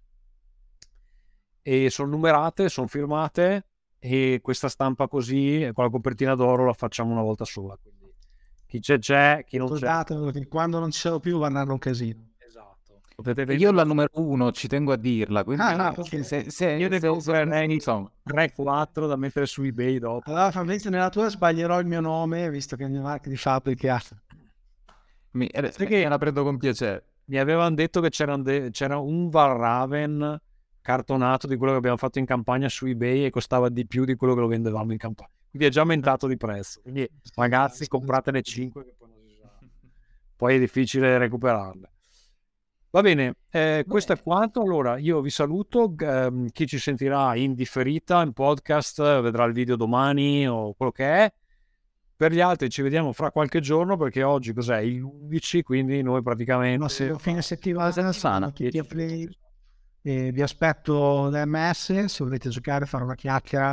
Speaker 2: e sono numerate, sono firmate, e questa stampa così con la copertina d'oro la facciamo una volta sola, quindi chi c'è c'è, chi non c'è
Speaker 3: Scusate, che quando non ci sono più vanno un casino.
Speaker 2: esatto. Potete vedere
Speaker 4: Io la numero uno ci tengo a dirla, quindi
Speaker 3: Ah, no, ok.
Speaker 4: se, se,
Speaker 2: io ne
Speaker 4: se-
Speaker 2: comprerei
Speaker 4: insomma,
Speaker 2: tre quattro da mettere su eBay dopo.
Speaker 3: Allora, Fabrizio, nella tua sbaglierò il mio nome, visto che il mio marchio di fabbrica.
Speaker 4: mi, eh, me la prendo con piacere.
Speaker 2: Mi avevano detto che c'era un, de- c'era un Valraven cartonato di quello che abbiamo fatto in campagna su eBay e costava di più di quello che lo vendevamo in campagna, quindi è già aumentato di prezzo, quindi ragazzi compratene cinque che poi non si sa, poi è difficile recuperarle. Va bene, eh, questo è quanto. Allora io vi saluto, ehm, chi ci sentirà in differita in podcast vedrà il video domani o quello che è. Per gli altri ci vediamo fra qualche giorno, perché oggi cos'è? Il undici, quindi noi praticamente
Speaker 3: Ma se fine settimana
Speaker 4: sana.
Speaker 3: tutti a play. E vi aspetto da M S se volete giocare, fare una chiacchiera.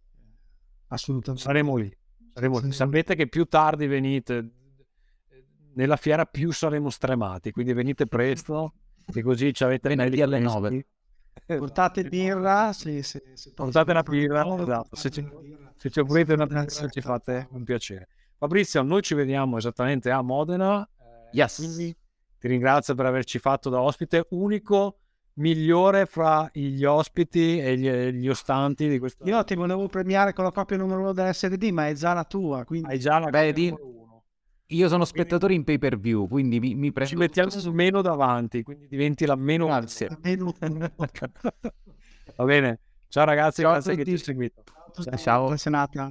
Speaker 3: Assolutamente.
Speaker 2: saremo lì. Saremo lì. Sapete che più tardi venite, nella fiera più saremo stremati, quindi venite presto e così ci avete
Speaker 4: venerdì alle nove.
Speaker 3: Portate birra, se, se, se
Speaker 2: portate una birra, esatto. Se ci, se ci offrite una birra ci fate un piacere. Fabrizio, noi ci vediamo esattamente a Modena.
Speaker 4: Yes.
Speaker 2: Quindi ti ringrazio per averci fatto da ospite, unico migliore fra gli ospiti e gli, gli ostanti di questo.
Speaker 3: Io ti volevo premiare con la copia numero uno dell'S D, ma è già la tua, quindi
Speaker 2: hai già la
Speaker 4: vedi,
Speaker 2: numero uno.
Speaker 4: Io sono spettatore in pay per view, quindi mi, mi prendo.
Speaker 2: Ci mettiamo su meno davanti, quindi diventi la meno.
Speaker 4: Grazie.
Speaker 2: Va bene, ciao ragazzi,
Speaker 4: Ciao
Speaker 2: grazie
Speaker 4: a
Speaker 2: che
Speaker 4: tutti.
Speaker 2: ci hai seguito.
Speaker 3: ciao,
Speaker 4: Ciao.
Speaker 3: buona serata.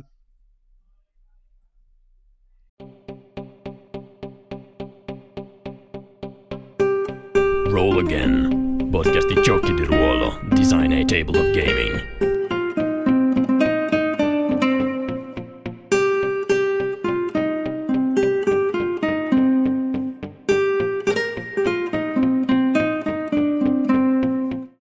Speaker 1: Roll Again, podcast di giochi di ruolo, Design a Table of Gaming.